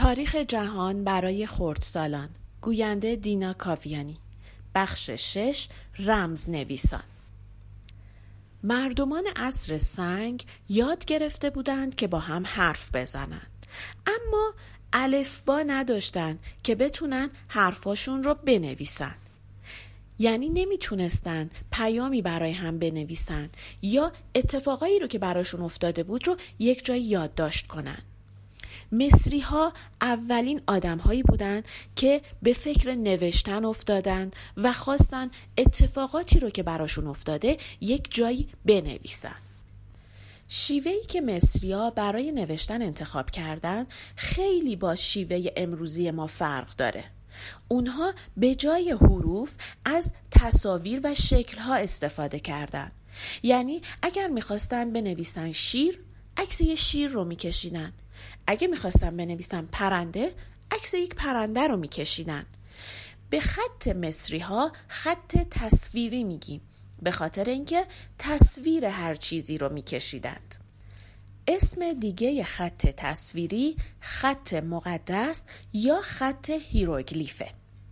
تاریخ جهان برای خردسالان. گوینده دینا کاویانی. بخش 6. رمزنویسان. مردمان عصر سنگ یاد گرفته بودند که با هم حرف بزنند، اما الفبا نداشتند که بتونن حرفاشون رو بنویسن. یعنی نمیتونستن پیامی برای هم بنویسن یا اتفاقایی رو که براشون افتاده بود رو یک جای یادداشت کنن. مصری ها اولین آدم هایی بودن که به فکر نوشتن افتادن و خواستن اتفاقاتی رو که براشون افتاده یک جایی بنویسن. شیوهی که مصری ها برای نوشتن انتخاب کردن خیلی با شیوه امروزی ما فرق داره. اونها به جای حروف از تصاویر و شکل‌ها استفاده کردن. یعنی اگر می‌خواستن بنویسن شیر، عکس یه شیر رو می‌کشیدن. اگه می‌خواستن بنویسن پرنده، عکس یک پرنده رو می‌کشیدن. به خط مصری‌ها خط تصویری میگیم، به خاطر اینکه تصویر هر چیزی رو می‌کشیدند. اسم دیگه خط تصویری خط مقدس یا خط هیروگلیفه.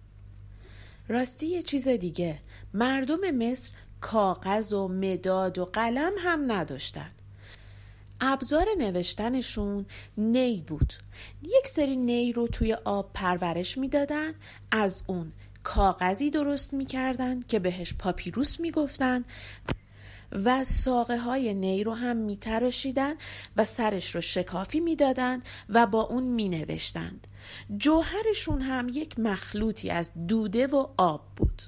راستی یه چیز دیگه، مردم مصر کاغذ و مداد و قلم هم نداشتن. ابزار نوشتنشون نی بود. یک سری نی رو توی آب پرورش میدادن، از اون کاغذی درست میکردن که بهش پاپیروس میگفتن و ساقه های نی رو هم میتراشیدن و سرش رو شکافی میدادن و با اون مینوشتند. جوهرشون هم یک مخلوطی از دوده و آب بود.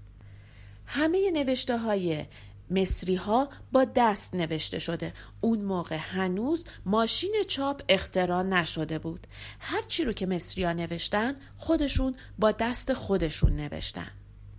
همه نوشته های مصری ها با دست نوشته شده. اون موقع هنوز ماشین چاپ اختراع نشده بود. هر چی رو که مصری ها نوشتن خودشون با دست خودشون نوشتن.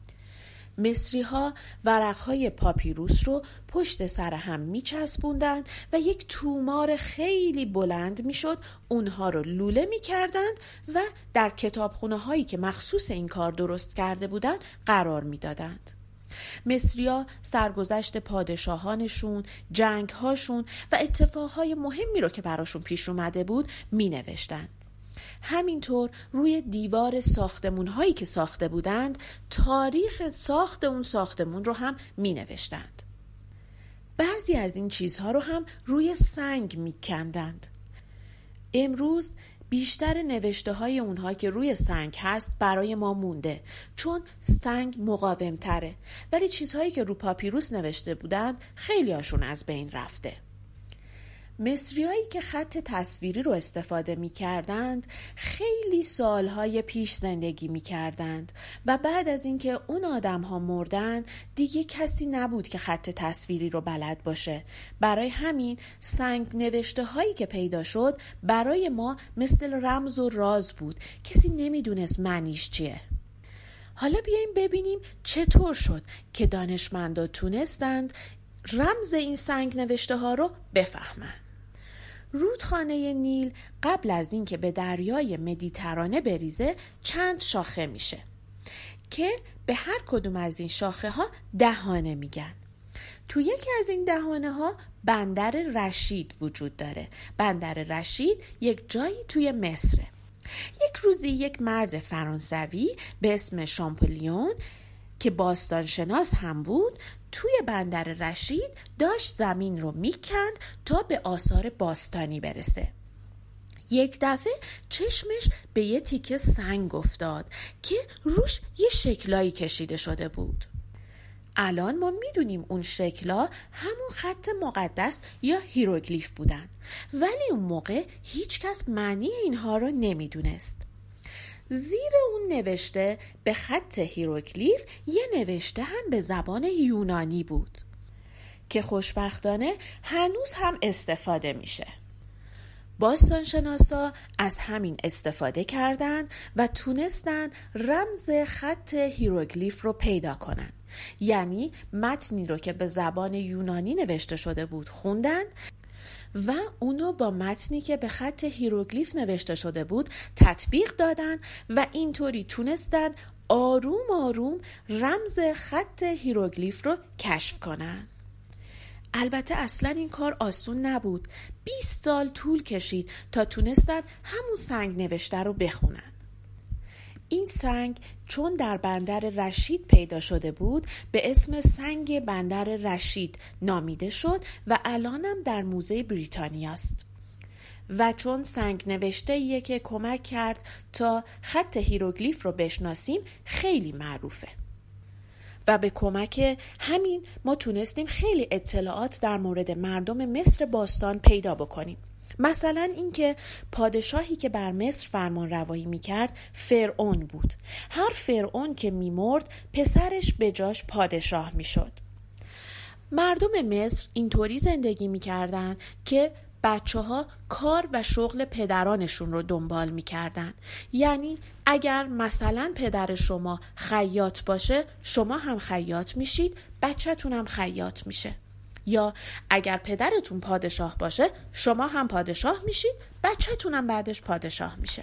مصری ها ورقهای پاپیروس رو پشت سر هم می چسبوندند و یک تومار خیلی بلند می شد. اونها رو لوله می کردند و در کتابخونه هایی که مخصوص این کار درست کرده بودند قرار می دادند. مصری ها سرگذشت پادشاهانشون، جنگ هاشون و اتفاقهای مهمی رو که براشون پیش اومده بود می نوشتند. همینطور روی دیوار ساختمون هایی که ساخته بودند تاریخ ساخت اون ساختمون رو هم می نوشتند. بعضی از این چیزها رو هم روی سنگ می کندند. امروز بیشتر نوشته های اونها که روی سنگ هست برای ما مونده، چون سنگ مقاوم تره، ولی چیزهایی که رو پاپیروس نوشته بودند خیلی هاشون از بین رفته. مصریایی که خط تصویری رو استفاده می کردند خیلی سالهای پیش زندگی می کردند و بعد از اینکه اون آدم ها مردن دیگه کسی نبود که خط تصویری رو بلد باشه. برای همین سنگ نوشته هایی که پیدا شد برای ما مثل رمز و راز بود، کسی نمیدونست معنیش چیه. حالا بیاییم ببینیم چطور شد که دانشمندا تونستند رمز این سنگ نوشته ها رو بفهمن. رودخانه نیل قبل از اینکه به دریای مدیترانه بریزه چند شاخه میشه که به هر کدوم از این شاخه ها دهانه میگن. تو یکی از این دهانه ها بندر رشید وجود داره. بندر رشید یک جایی توی مصره. یک روزی یک مرد فرانسوی به اسم شامپلیون که باستانشناس هم بود توی بندر رشید داشت زمین رو میکند تا به آثار باستانی برسه. یک دفعه چشمش به یه تیکه سنگ افتاد که روش یه شکلایی کشیده شده بود. الان ما میدونیم اون شکلا همون خط مقدس یا هیروگلیف بودن، ولی اون موقع هیچ کس معنی اینها رو نمیدونست. زیر اون نوشته به خط هیروگلیف یه نوشته هم به زبان یونانی بود که خوشبختانه هنوز هم استفاده میشه. باستانشناسا از همین استفاده کردن و تونستن رمز خط هیروگلیف رو پیدا کنن. یعنی متنی رو که به زبان یونانی نوشته شده بود خوندن و اونو با متنی که به خط هیروگلیف نوشته شده بود تطبیق دادن و اینطوری تونستن آروم آروم رمز خط هیروگلیف رو کشف کنن. البته اصلا این کار آسون نبود. 20 سال طول کشید تا تونستن همون سنگ نوشته رو بخونن. این سنگ چون در بندر رشید پیدا شده بود به اسم سنگ بندر رشید نامیده شد و الانم در موزه بریتانیاست. و چون سنگ نوشته‌ایه که کمک کرد تا خط هیروگلیف رو بشناسیم خیلی معروفه. و به کمک همین ما تونستیم خیلی اطلاعات در مورد مردم مصر باستان پیدا بکنیم. مثلا اینکه پادشاهی که بر مصر فرمان روایی میکرد فرعون بود. هر فرعون که میمرد پسرش به جاش پادشاه میشد. مردم مصر اینطوری زندگی میکردن که بچه‌ها کار و شغل پدرانشون رو دنبال می‌کردن. یعنی اگر مثلا پدر شما خیاط باشه شما هم خیاط میشید، بچه‌تون هم خیاط میشه. یا اگر پدرتون پادشاه باشه شما هم پادشاه میشید، بچه‌تون هم بعدش پادشاه میشه.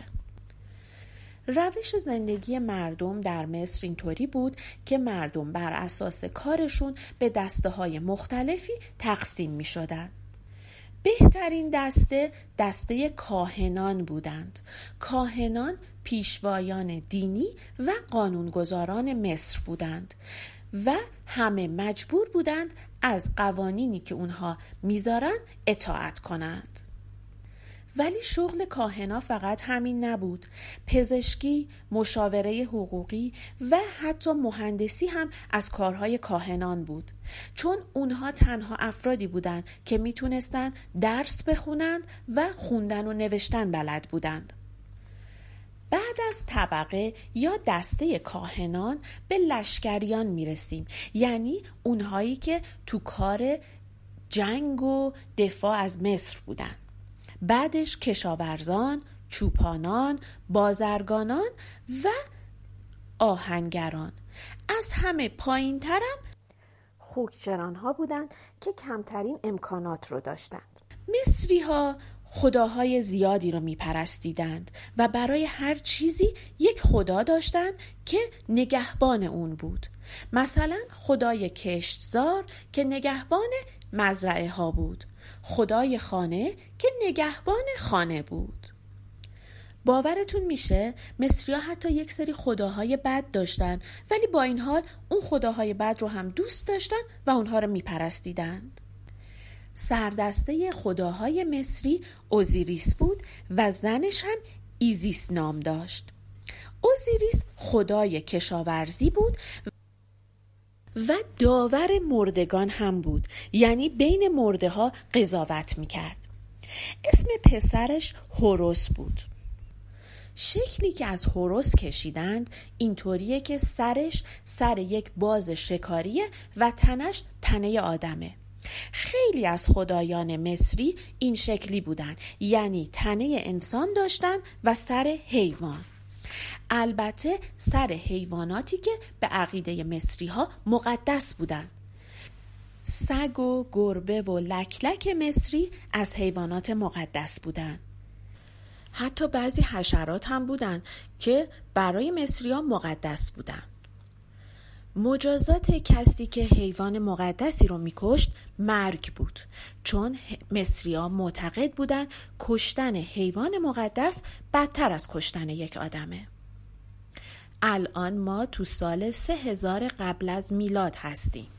روش زندگی مردم در مصر اینطوری بود که مردم بر اساس کارشون به دسته‌های مختلفی تقسیم می‌شدن. بهترین دسته کاهنان بودند. کاهنان پیشوایان دینی و قانونگذاران مصر بودند و همه مجبور بودند از قوانینی که اونها میذارن اطاعت کنند. ولی شغل کاهنا فقط همین نبود. پزشکی، مشاوره حقوقی و حتی مهندسی هم از کارهای کاهنان بود. چون اونها تنها افرادی بودند که میتونستن درس بخونند و خوندن و نوشتن بلد بودند. بعد از طبقه یا دسته کاهنان به لشکریان میرسیم. یعنی اونهایی که تو کار جنگ و دفاع از مصر بودند. بعدش کشاورزان، چوپانان، بازرگانان و آهنگران. از همه پایین ترم خوکچران ها بودند که کمترین امکانات رو داشتند. مصری ها خداهای زیادی رو میپرستیدند و برای هر چیزی یک خدا داشتند که نگهبان اون بود. مثلا خدای کشتزار که نگهبان مزرعه ها بود. خدای خانه که نگهبان خانه بود. باورتون میشه مصری‌ها حتی یک سری خداهای بد داشتن ولی با این حال اون خداهای بد رو هم دوست داشتن و اونها رو میپرستیدند. سردسته خداهای مصری اوزیریس بود و زنش هم ایزیس نام داشت. اوزیریس خدای کشاورزی بود و داور مردگان هم بود. یعنی بین مرده ها قضاوت میکرد. اسم پسرش هوروس بود. شکلی که از هوروس کشیدند اینطوریه که سرش سر یک باز شکاریه و تنش تنه آدمه. خیلی از خدایان مصری این شکلی بودن. یعنی تنه انسان داشتن و سر حیوان. البته سر حیواناتی که به عقیده مصری ها مقدس بودن. سگ و گربه و لکلک مصری از حیوانات مقدس بودن. حتی بعضی حشرات هم بودن که برای مصری ها مقدس بودن. مجازات کسی که حیوان مقدسی رو میکشت مرگ بود. چون مصری ها معتقد بودن کشتن حیوان مقدس بدتر از کشتن یک آدمه. الان ما تو سال 3000 قبل از میلاد هستیم.